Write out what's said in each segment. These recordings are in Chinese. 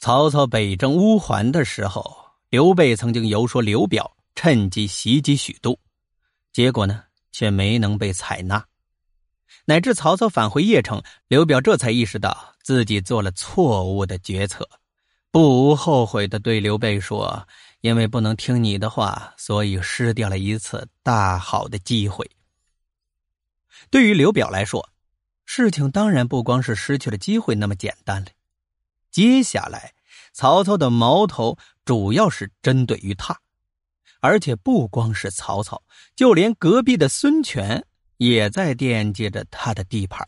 曹操北征乌桓的时候，刘备曾经游说刘表趁机袭击许都，结果呢却没能被采纳。乃至曹操返回邺城，刘表这才意识到自己做了错误的决策，不无后悔地对刘备说，因为不能听你的话，所以失掉了一次大好的机会。对于刘表来说，事情当然不光是失去了机会那么简单了。接下来曹操的矛头主要是针对于他，而且不光是曹操，就连隔壁的孙权也在惦记着他的地盘。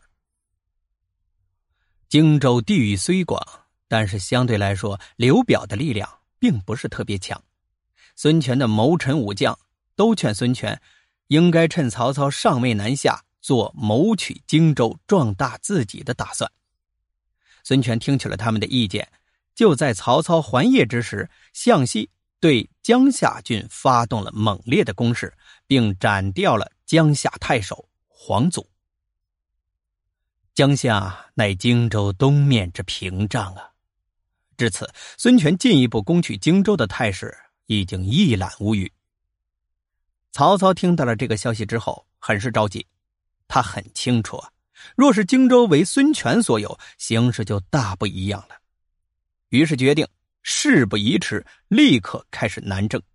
荆州地域虽广，但是相对来说刘表的力量并不是特别强。孙权的谋臣武将都劝孙权应该趁曹操尚未南下，做谋取荆州壮大自己的打算。孙权听取了他们的意见，就在曹操还邺之时，向西对江夏郡发动了猛烈的攻势，并斩掉了江夏太守黄祖。江夏乃荆州东面之屏障啊！至此，孙权进一步攻取荆州的态势已经一览无余。曹操听到了这个消息之后，很是着急。他很清楚啊，若是荆州为孙权所有，形势就大不一样了。于是决定事不宜迟，立刻开始南征。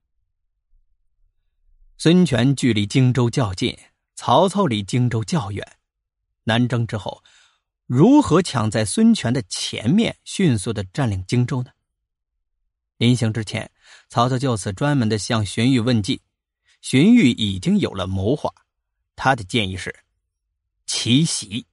孙权距离荆州较近，曹操离荆州较远。南征之后，如何抢在孙权的前面迅速地占领荆州呢？临行之前，曹操就此专门地向荀彧问计。荀彧已经有了谋划，他的建议是奇袭。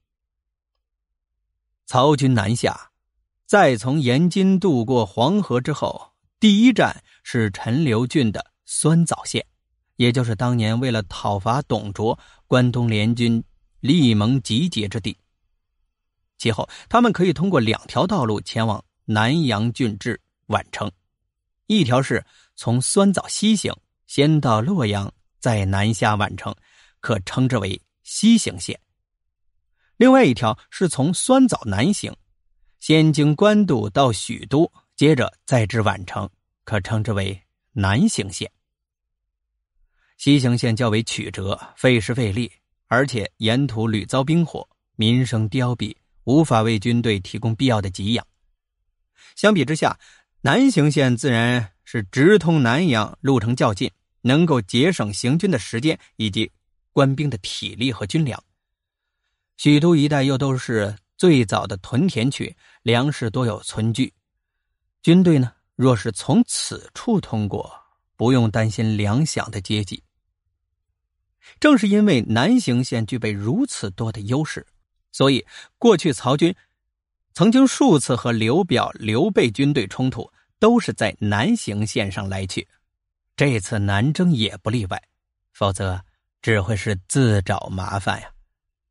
曹军南下，再从延津渡过黄河之后，第一站是陈留郡的酸枣县，也就是当年为了讨伐董卓，关东联军立盟集结之地。其后他们可以通过两条道路前往南阳郡至宛城，一条是从酸枣西行，先到洛阳，再南下宛城，可称之为西行线。另外一条是从酸枣南行，先经官渡到许都，接着再至宛城，可称之为南行线。西行线较为曲折，费时费力，而且沿途屡遭兵火，民生凋敝，无法为军队提供必要的给养。相比之下，南行线自然是直通南阳，路程较近，能够节省行军的时间以及官兵的体力和军粮。许都一带又都是最早的屯田区，粮食多有存聚。军队呢，若是从此处通过，不用担心粮饷的接济。正是因为南行线具备如此多的优势，所以过去曹军曾经数次和刘表、刘备军队冲突，都是在南行线上来去。这次南征也不例外，否则只会是自找麻烦呀。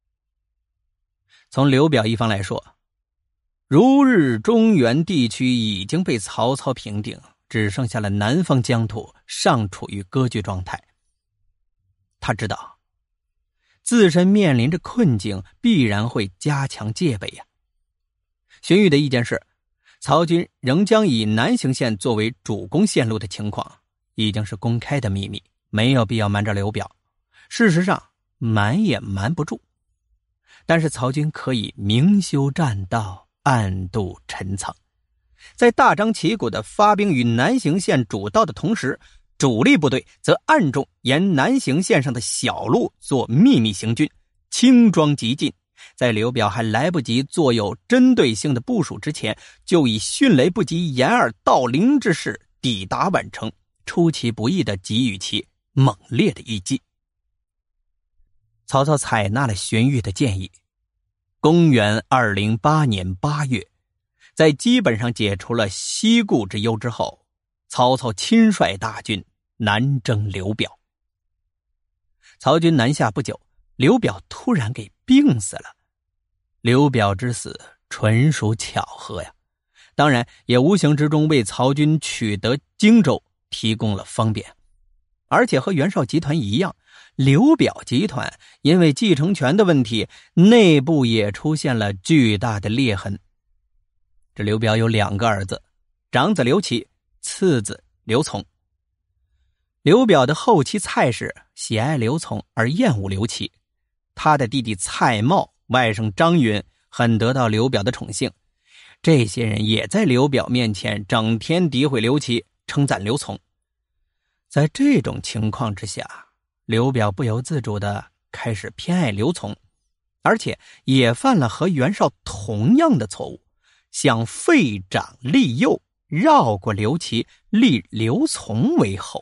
从刘表一方来说，如日中原地区已经被曹操平定，只剩下了南方疆土尚处于割据状态。他知道自身面临着困境，必然会加强戒备呀。荀彧的意见是，曹军仍将以南行线作为主攻线路的情况已经是公开的秘密，没有必要瞒着刘表。事实上瞒也瞒不住，但是曹军可以明修栈道，暗度陈仓。在大张旗鼓的发兵于南行线主道的同时，主力部队则暗中沿南行线上的小路做秘密行军，轻装急进，在刘表还来不及做有针对性的部署之前，就以迅雷不及掩耳盗铃之势抵达宛城，出其不意地给予其猛烈的一击。曹操采纳了荀彧的建议。公元208年8月，在基本上解除了西顾之忧之后，曹操亲率大军南征刘表。曹军南下不久，刘表突然给病死了。刘表之死纯属巧合呀，当然也无形之中为曹军取得荆州提供了方便。而且和袁绍集团一样，刘表集团因为继承权的问题，内部也出现了巨大的裂痕。这刘表有2个儿子， 长子刘琦，次子刘琮。刘表的后妻蔡氏喜爱刘琮而厌恶刘琦，他的弟弟蔡瑁、外甥张允很得到刘表的宠幸，这些人也在刘表面前整天诋毁刘琦，称赞刘琮。在这种情况之下，刘表不由自主地开始偏爱刘琮，而且也犯了和袁绍同样的错误，想废长立幼，绕过刘琦，立刘琮为后。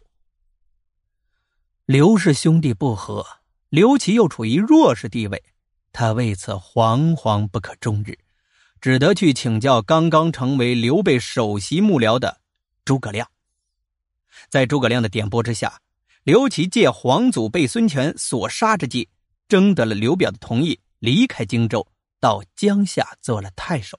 刘氏兄弟不和，刘琦又处于弱势地位，他为此惶惶不可终日，只得去请教刚刚成为刘备首席幕僚的诸葛亮。在诸葛亮的点拨之下，刘琦借皇祖被孙权所杀之际，征得了刘表的同意，离开荆州，到江夏做了太守。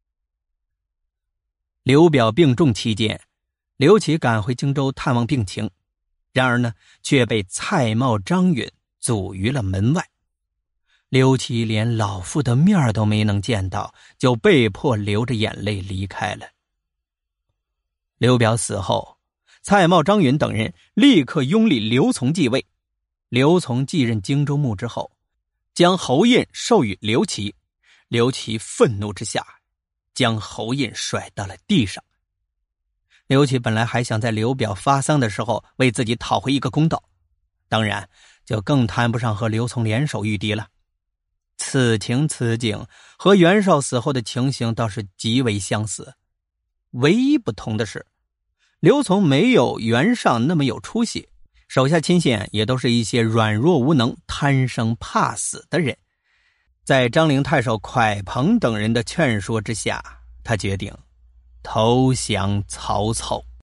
刘表病重期间，刘琦赶回荆州探望病情，然而呢，却被蔡瑁、张允阻于了门外。刘琦连老父的面都没能见到，就被迫流着眼泪离开了。刘表死后，蔡瑁、张允等人立刻拥立刘琮继位。刘琮继任荆州牧之后，将侯印授予刘琦。刘琦愤怒之下，将侯印甩到了地上。刘琦本来还想在刘表发丧的时候为自己讨回一个公道，当然就更谈不上和刘琮联手御敌了。此情此景和袁绍死后的情形倒是极为相似，唯一不同的是，刘琮没有袁绍那么有出息，手下亲信也都是一些软弱无能、贪生怕死的人。在张陵太守蒯鹏等人的劝说之下，他决定投降曹操。